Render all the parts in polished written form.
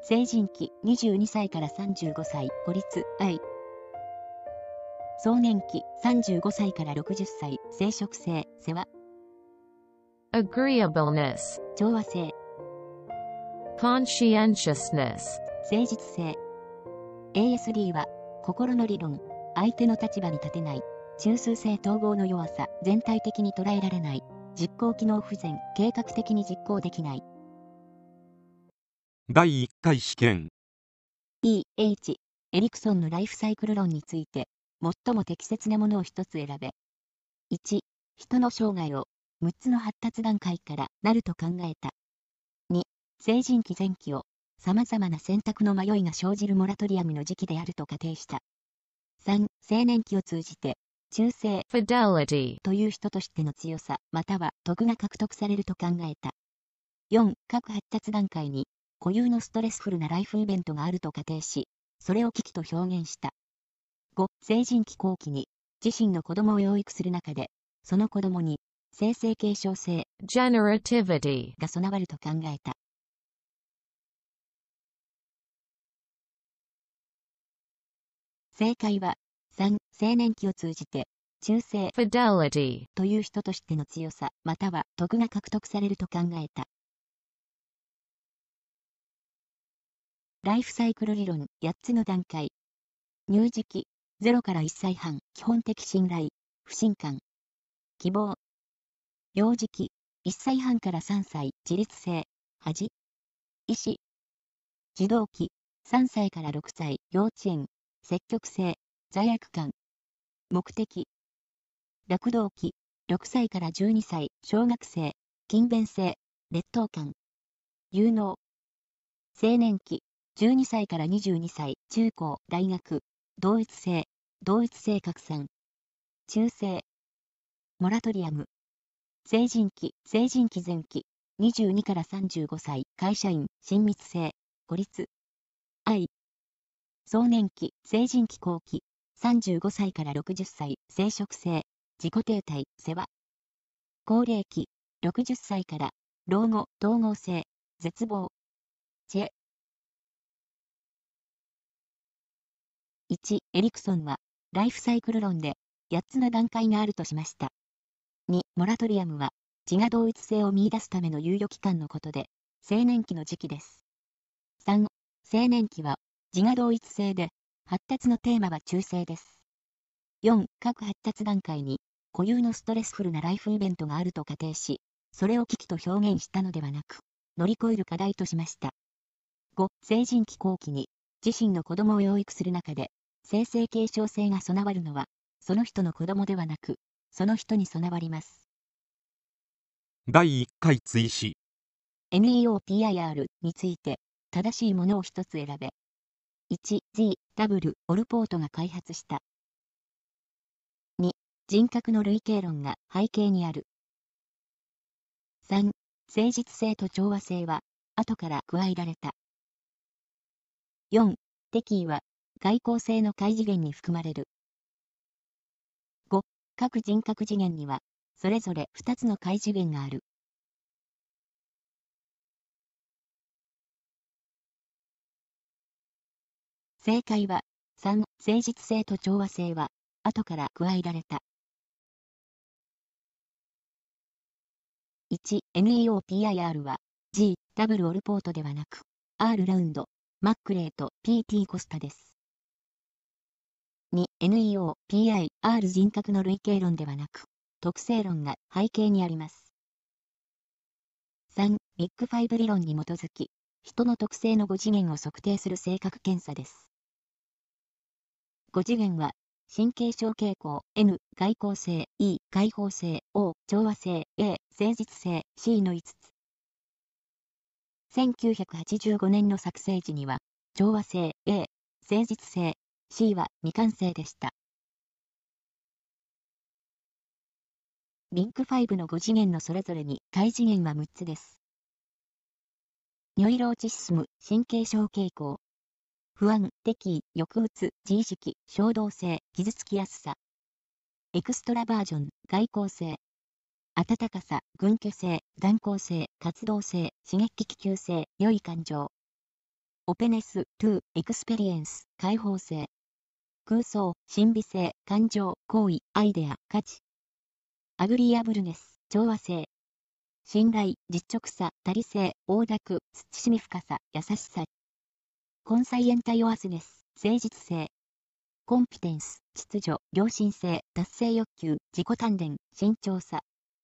成人期22歳から35歳、孤立、愛。壮年期35歳から60歳、生殖性、世話。 agreeableness, 調和性、 conscientiousness, 誠実性。ASD は、心の理論、相手の立場に立てない、中枢性統合の弱さ、全体的に捉えられない、実行機能不全、計画的に実行できない。 第1回試験。 E.H. エリクソンのライフサイクル論について、最も適切なものを一つ選べ。1、人の生涯を6つの発達段階からなると考えた。2、成人期前期を様々な選択の迷いが生じるモラトリアムの時期であると仮定した。3、青年期を通じて、忠誠 fidelity, という人としての強さ、または徳が獲得されると考えた。4、各発達段階に固有のストレスフルなライフイベントがあると仮定し、それを危機と表現した。5、成人期後期に自身の子供を養育する中で、その子供に生成継承性 generativity, が備わると考えた。正解は、3、青年期を通じて、忠誠 fidelity, という人としての強さ、または徳が獲得されると考えた。ライフサイクル理論8つの段階。乳児期、0から1歳半、基本的信頼、不信感、希望。幼児期、1歳半から3歳、自立性、恥、意志。児童期、3歳から6歳、幼稚園、積極性、罪悪感。目的。学童期、6歳から12歳、小学生、勤勉性、劣等感。有能。青年期、12歳から22歳、中高、大学、同一性拡散。忠誠。モラトリアム。成人期前期、22から35歳、会社員、親密性、孤立。愛。壮年期、成人期後期、35歳から60歳、生殖性、自己停滞、世話。高齢期、60歳から、老後、統合性、絶望。チェ。1、エリクソンは、ライフサイクル論で、8つの段階があるとしました。2、モラトリアムは、自我同一性を見出すための猶予期間のことで、青年期の時期です。3、青年期は、自我同一性で、発達のテーマは忠誠です。4、各発達段階に、固有のストレスフルなライフイベントがあると仮定し、それを危機と表現したのではなく、乗り越える課題としました。5、成人期後期に、自身の子供を養育する中で、生成継承性が備わるのは、その人の子供ではなく、その人に備わります。 第1回追試。 NEOPIR について、正しいものを一つ選べ。1、G.W. オルポートが開発した。2、人格の類型論が背景にある。3、誠実性と調和性は、後から加えられた。4、敵意は、外交性の開次元に含まれる。5、各人格次元には、それぞれ2つの開次元がある。正解は、3、誠実性と調和性は、後から加えられた。1、NEOPIR は、G.W. オルポートではなく、R. ラウンド、マックレーと P.T. コスタです。2、NEOPIR 人格の類型論ではなく、特性論が背景にあります。3、ビッグファイブ理論に基づき、人の特性の5次元を測定する性格検査です。5次元は、神経症傾向、N、外交性、E、開放性、O、調和性、A、誠実性、C の5つ。1985年の作成時には、調和性、A、誠実性、C は未完成でした。ビッグ5の5次元のそれぞれに開次元は6つです。ニョイローチシスム、神経症傾向。不安、敵意、抑うつ、自意識、衝動性、傷つきやすさ。エクストラバージョン、外交性。温かさ、群居性、断交性、活動性、刺激希求性、良い感情。 オペネス、トゥ、エクスペリエンス、開放性。空想、神秘性、感情、行為、アイデア、価値。アグリーアブルネス、調和性。信頼、実直さ、多理性、横濁、慎み深さ、優しさ。コンサイエンタイオアスネス、誠実性。コンピテンス、秩序、良心性、達成欲求、自己鍛錬、慎重さ。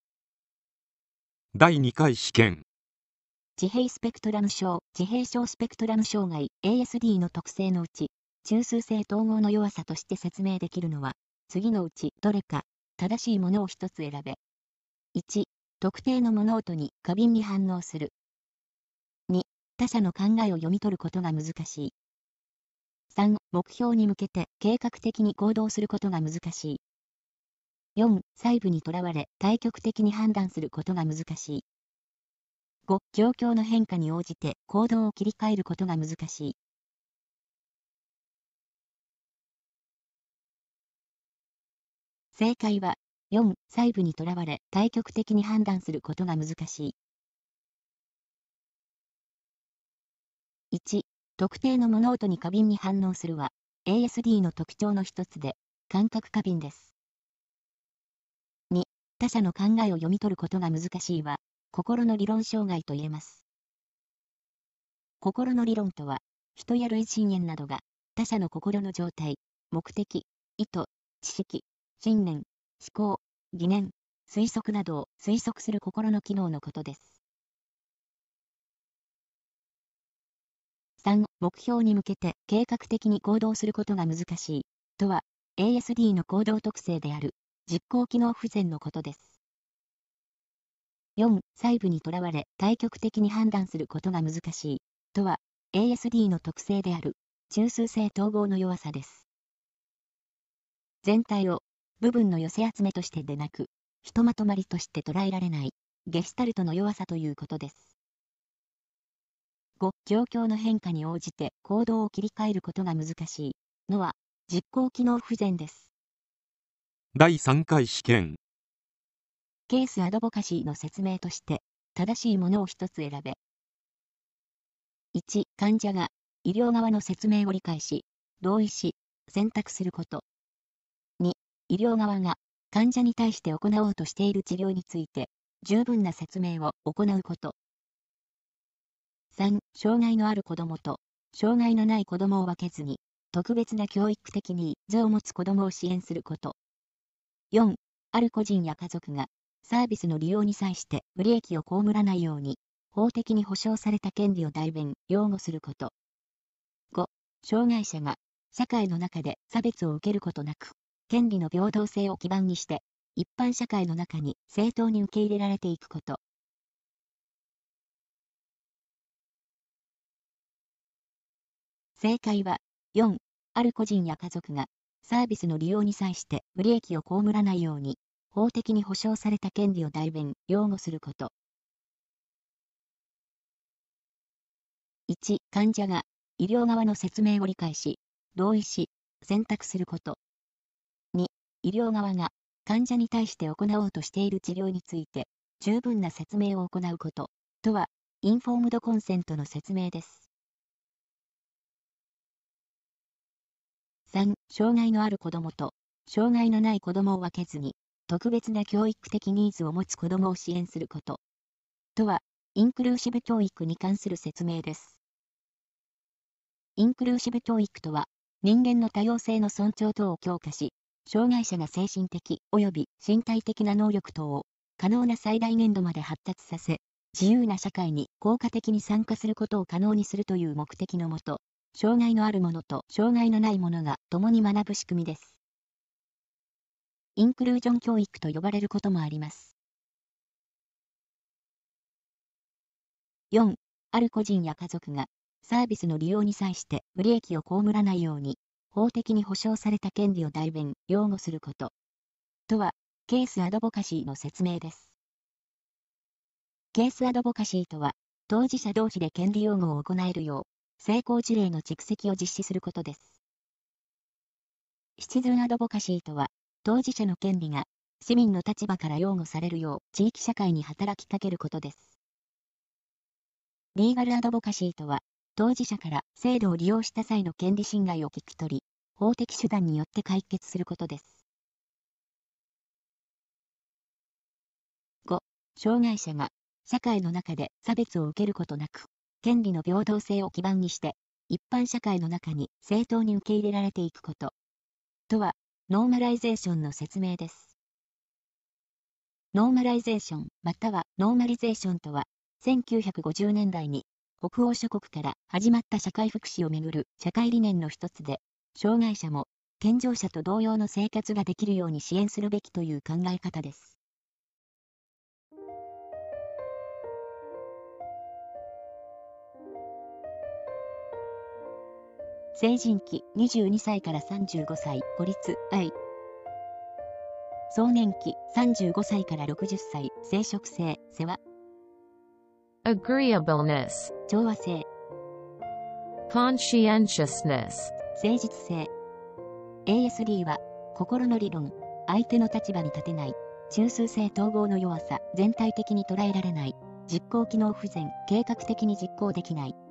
第2回試験。 自閉スペクトラム症、自閉症スペクトラム障害、ASD の特性のうち、中枢性統合の弱さとして説明できるのは、次のうちどれか、正しいものを一つ選べ。1、特定の物音に過敏に反応する。2、他者の考えを読み取ることが難しい。3、目標に向けて計画的に行動することが難しい。4、細部にとらわれ対極的に判断することが難しい。5、状況の変化に応じて行動を切り替えることが難しい。正解は、4、細部にとらわれ対極的に判断することが難しい。1、特定の物音に過敏に反応するは、ASD の特徴の一つで、感覚過敏です。2、他者の考えを読み取ることが難しいは、心の理論障害と言えます。心の理論とは、人や類心縁などが、他者の心の状態、目的、意図、知識、信念、思考、疑念、推測などを推測する心の機能のことです。3、目標に向けて計画的に行動することが難しい、とは、ASD の行動特性である、実行機能不全のことです。4、細部にとらわれ対極的に判断することが難しい、とは、ASD の特性である、中枢性統合の弱さです。全体を、部分の寄せ集めとしてでなく、ひとまとまりとして捉えられない、ゲシュタルトの弱さということです。5、状況の変化に応じて行動を切り替えることが難しいのは、実行機能不全です。 第3回試験。 ケースアドボカシーの説明として、正しいものを一つ選べ。1、患者が医療側の説明を理解し、同意し、選択すること。2、医療側が患者に対して行おうとしている治療について、十分な説明を行うこと。3、障害のある子供と、障害のない子供を分けずに、特別な教育的ニーズを持つ子供を支援すること。4、ある個人や家族が、サービスの利用に際して不利益を被らないように、法的に保障された権利を代弁、擁護すること。5、障害者が、社会の中で差別を受けることなく、権利の平等性を基盤にして、一般社会の中に正当に受け入れられていくこと。正解は、4、ある個人や家族が、サービスの利用に際して不利益を被らないように、法的に保障された権利を代弁、擁護すること。1、患者が医療側の説明を理解し、同意し、選択すること。2、医療側が患者に対して行おうとしている治療について、十分な説明を行うこと、とは、インフォームドコンセントの説明です。3、障害のある子供と、障害のない子供を分けずに、特別な教育的ニーズを持つ子供を支援すること。とは、インクルーシブ教育に関する説明です。インクルーシブ教育とは、人間の多様性の尊重等を強化し、障害者が精神的及び身体的な能力等を可能な最大限度まで発達させ、自由な社会に効果的に参加することを可能にするという目的のもと、障害のある者と障害のない者が共に学ぶ仕組みです。インクルージョン教育と呼ばれることもあります。4、ある個人や家族が、サービスの利用に際して不利益を被らないように、法的に保障された権利を代弁、擁護すること。とは、ケースアドボカシーの説明です。ケースアドボカシーとは、当事者同士で権利擁護を行えるよう、成功事例の蓄積を実施することです。シチズンアドボカシーとは、当事者の権利が、市民の立場から擁護されるよう、地域社会に働きかけることです。リーガルアドボカシーとは、 当事者から制度を利用した際の権利侵害を聞き取り、法的手段によって解決することです。5、障害者が社会の中で差別を受けることなく、権利の平等性を基盤にして、一般社会の中に正当に受け入れられていくこと。とは、ノーマライゼーションの説明です。ノーマライゼーションまたはノーマリゼーションとは、1950年代に北欧諸国から始まった社会福祉をめぐる社会理念の一つで、障害者も健常者と同様の生活ができるように支援するべきという考え方です。成人期22歳から35歳、孤立、愛。壮年期35歳から60歳、生殖性、世話。 agreeableness, 調和性、 conscientiousness, 誠実性。ASD は、心の理論、相手の立場に立てない、中枢性統合の弱さ、全体的に捉えられない、実行機能不全、計画的に実行できない。